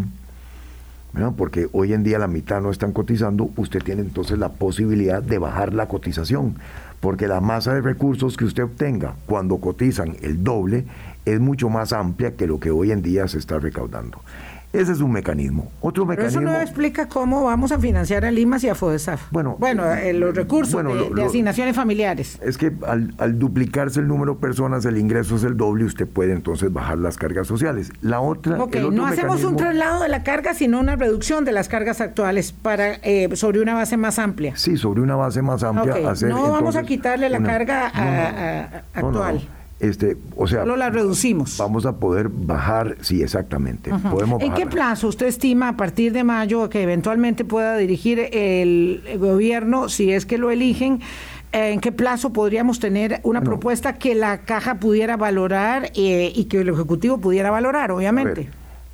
¿no? Porque hoy en día la mitad no están cotizando, usted tiene entonces la posibilidad de bajar la cotización, porque la masa de recursos que usted obtenga cuando cotizan el doble es mucho más amplia que lo que hoy en día se está recaudando. Ese es un mecanismo. Otro Pero mecanismo. Eso no explica cómo vamos a financiar a Limas y a FODESAF. Bueno, bueno eh, los recursos bueno, de, lo, de asignaciones familiares. Es que al, al duplicarse el número de personas, el ingreso es el doble, usted puede entonces bajar las cargas sociales. La otra. Ok, no hacemos mecanismo... un traslado de la carga, sino una reducción de las cargas actuales para eh, sobre una base más amplia. Sí, sobre una base más amplia. Okay. Hacer, no entonces, vamos a quitarle la una... carga a, no, no, a, a actual. No, no, no. Este, o sea, solo la reducimos. Vamos a poder bajar, sí, exactamente. Uh-huh. Podemos ¿En bajarla. qué plazo usted estima a partir de mayo que eventualmente pueda dirigir el, el gobierno, si es que lo eligen? ¿En qué plazo podríamos tener una bueno, propuesta que la Caja pudiera valorar eh, y que el Ejecutivo pudiera valorar, obviamente?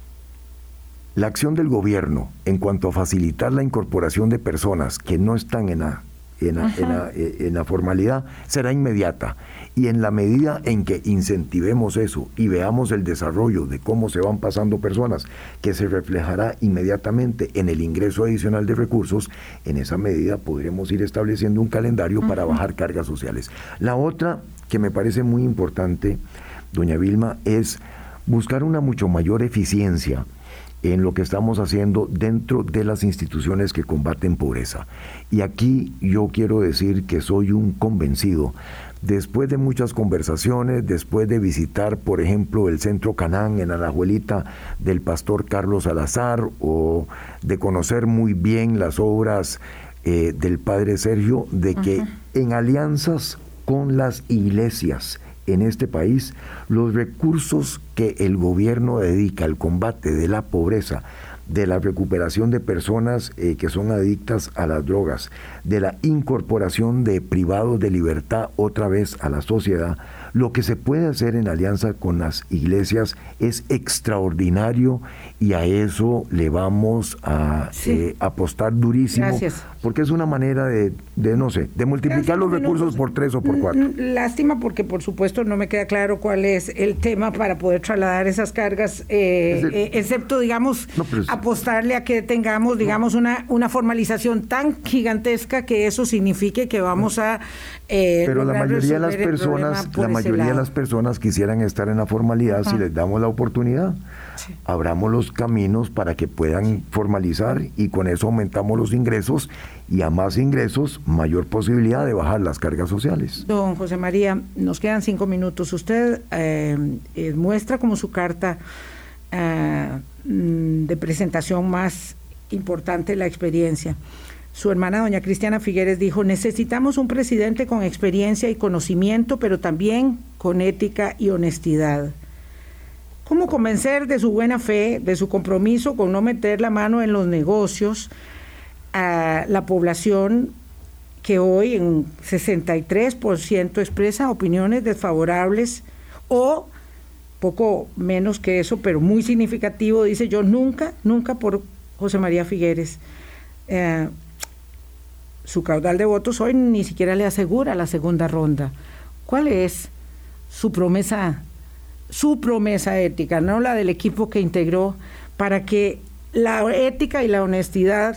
La acción del gobierno en cuanto a facilitar la incorporación de personas que no están en la En la, en, la, en la formalidad será inmediata, y en la medida en que incentivemos eso y veamos el desarrollo de cómo se van pasando personas, que se reflejará inmediatamente en el ingreso adicional de recursos, en esa medida podremos ir estableciendo un calendario uh-huh. para bajar cargas sociales. La otra que me parece muy importante doña Vilma, es buscar una mucho mayor eficiencia en lo que estamos haciendo dentro de las instituciones que combaten pobreza. Y aquí yo quiero decir que soy un convencido, después de muchas conversaciones, después de visitar, por ejemplo, el Centro Canán en Alajuelita del pastor Carlos Salazar, o de conocer muy bien las obras eh, del padre Sergio, de que uh-huh. en alianzas con las iglesias en este país, los recursos que el gobierno dedica al combate de la pobreza, de la recuperación de personas eh, que son adictas a las drogas, de la incorporación de privados de libertad otra vez a la sociedad, lo que se puede hacer en alianza con las iglesias es extraordinario, y a eso le vamos a sí. eh, apostar durísimo. Gracias. Porque es una manera de, de no sé, de multiplicar Gracias, los recursos minutos. por tres o por cuatro. Lástima, porque por supuesto no me queda claro cuál es el tema para poder trasladar esas cargas, eh, es el, eh, excepto, digamos, no, es, apostarle a que tengamos, digamos, no. una, una formalización tan gigantesca que eso signifique que vamos a... Eh, Pero la mayoría de las personas, la mayoría de las personas quisieran estar en la formalidad. Ajá. Si les damos la oportunidad. Sí. Abramos los caminos para que puedan sí. formalizar, y con eso aumentamos los ingresos, y a más ingresos, mayor posibilidad de bajar las cargas sociales. Don José María, nos quedan cinco minutos. Usted eh, eh, muestra como su carta eh, de presentación más importante la experiencia. Su hermana, doña Cristiana Figueres, dijo: necesitamos un presidente con experiencia y conocimiento, pero también con ética y honestidad. ¿Cómo convencer de su buena fe, de su compromiso con no meter la mano en los negocios a la población que hoy en sesenta y tres por ciento expresa opiniones desfavorables, o poco menos que eso, pero muy significativo, dice: yo nunca, nunca por José María Figueres? Eh, su caudal de votos hoy ni siquiera le asegura la segunda ronda. ¿Cuál es su promesa, su promesa ética, no la del equipo que integró, para que la ética y la honestidad,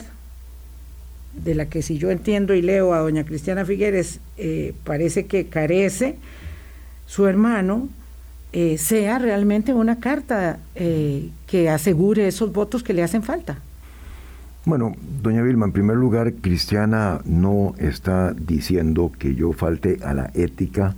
de la que, si yo entiendo y leo a doña Cristiana Figueres, eh, parece que carece su hermano, eh, sea realmente una carta eh, que asegure esos votos que le hacen falta? Bueno, doña Vilma, en primer lugar, Cristiana no está diciendo que yo falte a la ética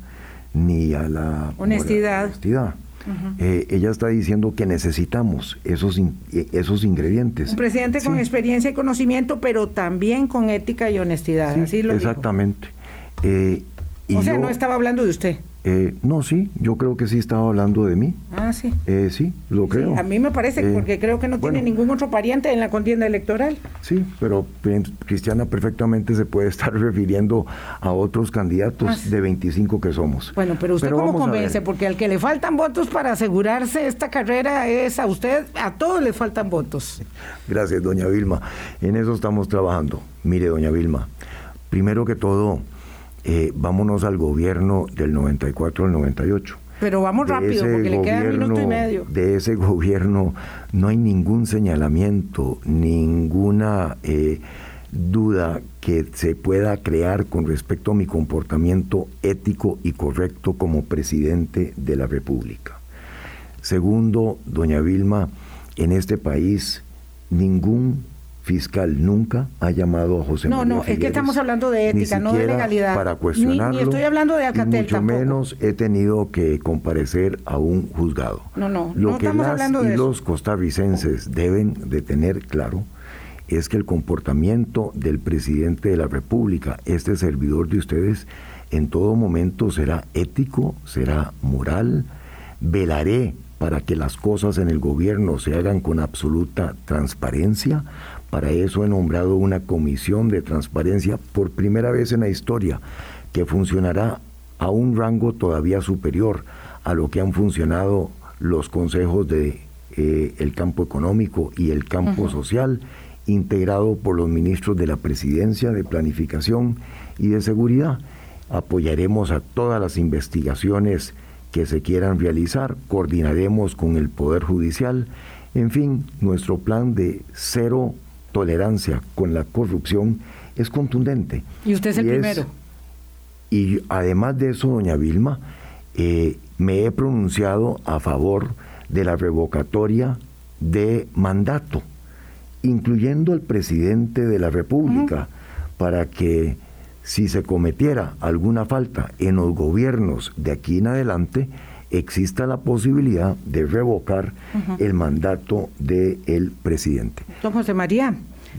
ni a la honestidad. honestidad. Uh-huh. Eh, ella está diciendo que necesitamos esos, in, esos ingredientes. Un presidente sí. con experiencia y conocimiento, pero también con ética y honestidad. Sí, así lo exactamente. Eh, y o sea, yo, no estaba hablando de usted. Eh, no, sí, yo creo que sí estaba hablando de mí. Ah, sí. Eh, sí, lo sí, creo. A mí me parece, eh, porque creo que no bueno, tiene ningún otro pariente en la contienda electoral. Sí, pero Cristiana perfectamente se puede estar refiriendo a otros candidatos ah, de veinticinco que somos. Bueno, pero usted pero cómo convence, porque al que le faltan votos para asegurarse esta carrera es a usted, a todos les faltan votos. Gracias, doña Vilma. En eso estamos trabajando. Mire, doña Vilma, primero que todo, Eh, vámonos al gobierno del noventa y cuatro al noventa y ocho. Pero vamos de rápido, porque le queda un minuto y medio. De ese gobierno no hay ningún señalamiento, ninguna eh, duda que se pueda crear con respecto a mi comportamiento ético y correcto como presidente de la República. Segundo, doña Vilma, en este país ningún fiscal nunca ha llamado a José no, María No, no, es que estamos hablando de ética, no de legalidad. Para cuestionarlo, ni, ni estoy hablando de Alcatel, y mucho tampoco. menos he tenido que comparecer a un juzgado. No, no, Lo no que estamos las hablando de y eso. Los costarricenses deben de tener claro es que el comportamiento del presidente de la República, este servidor de ustedes, en todo momento será ético, será moral. Velaré para que las cosas en el gobierno se hagan con absoluta transparencia. Para eso he nombrado una comisión de transparencia por primera vez en la historia, que funcionará a un rango todavía superior a lo que han funcionado los consejos de eh, el campo económico y el campo uh-huh. social, integrado por los ministros de la Presidencia, de Planificación y de Seguridad. Apoyaremos a todas las investigaciones que se quieran realizar, coordinaremos con el Poder Judicial. En fin, nuestro plan de cero tolerancia con la corrupción es contundente. Y usted es el y primero. Es, y además de eso, doña Vilma, eh, me he pronunciado a favor de la revocatoria de mandato, incluyendo al presidente de la República, uh-huh. para que si se cometiera alguna falta en los gobiernos de aquí en adelante, exista la posibilidad de revocar uh-huh. el mandato del presidente. Don José María,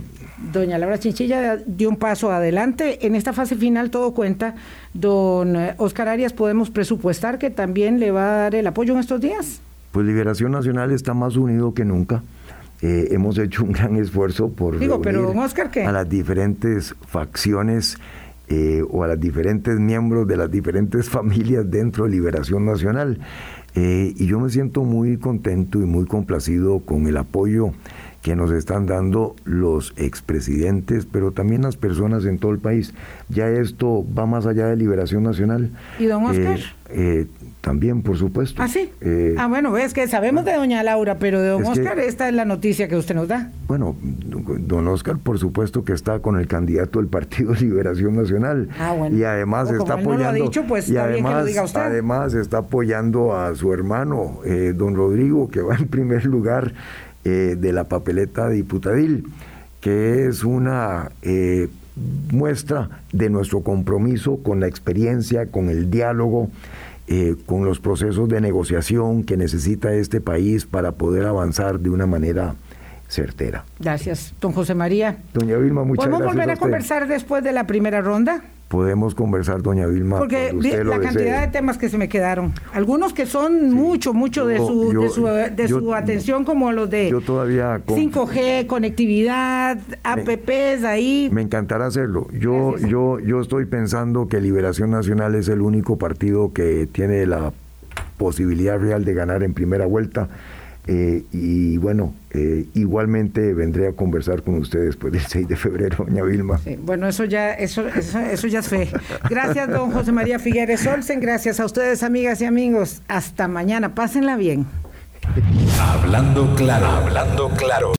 doña Laura Chinchilla dio un paso adelante. En esta fase final todo cuenta. Don Oscar Arias, ¿podemos presupuestar que también le va a dar el apoyo en estos días? Pues Liberación Nacional está más unido que nunca. Eh, hemos hecho un gran esfuerzo por Digo, pero don Oscar, ¿qué? a las diferentes facciones eh, o a los diferentes miembros de las diferentes familias dentro de Liberación Nacional. Eh, y yo me siento muy contento y muy complacido con el apoyo que nos están dando los expresidentes, pero también las personas en todo el país. Ya esto va más allá de Liberación Nacional. ¿Y don Oscar? Eh, eh, también, por supuesto. ¿Ah, sí? Eh, ah, bueno, es que sabemos de doña Laura, pero de don es Oscar, que, esta es la noticia que usted nos da. Bueno, don Oscar, por supuesto que está con el candidato del Partido Liberación Nacional. Ah, bueno. Y además o está como él apoyando. No lo ha dicho, pues y está además, bien que lo diga usted. además está apoyando a su hermano, eh, don Rodrigo, que va en primer lugar eh, de la papeleta diputadil, que es una eh, muestra de nuestro compromiso con la experiencia, con el diálogo, eh, con los procesos de negociación que necesita este país para poder avanzar de una manera certera. Gracias, don José María. Doña Vilma, muchas gracias. ¿Podemos volver a, a conversar después de la primera ronda? Podemos conversar, doña Vilma. Porque usted la cantidad desee. de temas que se me quedaron, algunos que son sí, mucho, mucho yo, de su yo, de su, de yo, su atención, como los de yo todavía con, cinco G, conectividad, apps, ahí. Me encantará hacerlo. Yo, yo, yo estoy pensando que Liberación Nacional es el único partido que tiene la posibilidad real de ganar en primera vuelta. Eh, y bueno, eh, igualmente vendré a conversar con ustedes después del seis de febrero, doña Vilma. Sí, bueno, eso ya, eso, eso, eso ya es fe. Gracias, don José María Figueres Olsen. Gracias a ustedes, amigas y amigos. Hasta mañana. Pásenla bien. Hablando claro, hablando claro.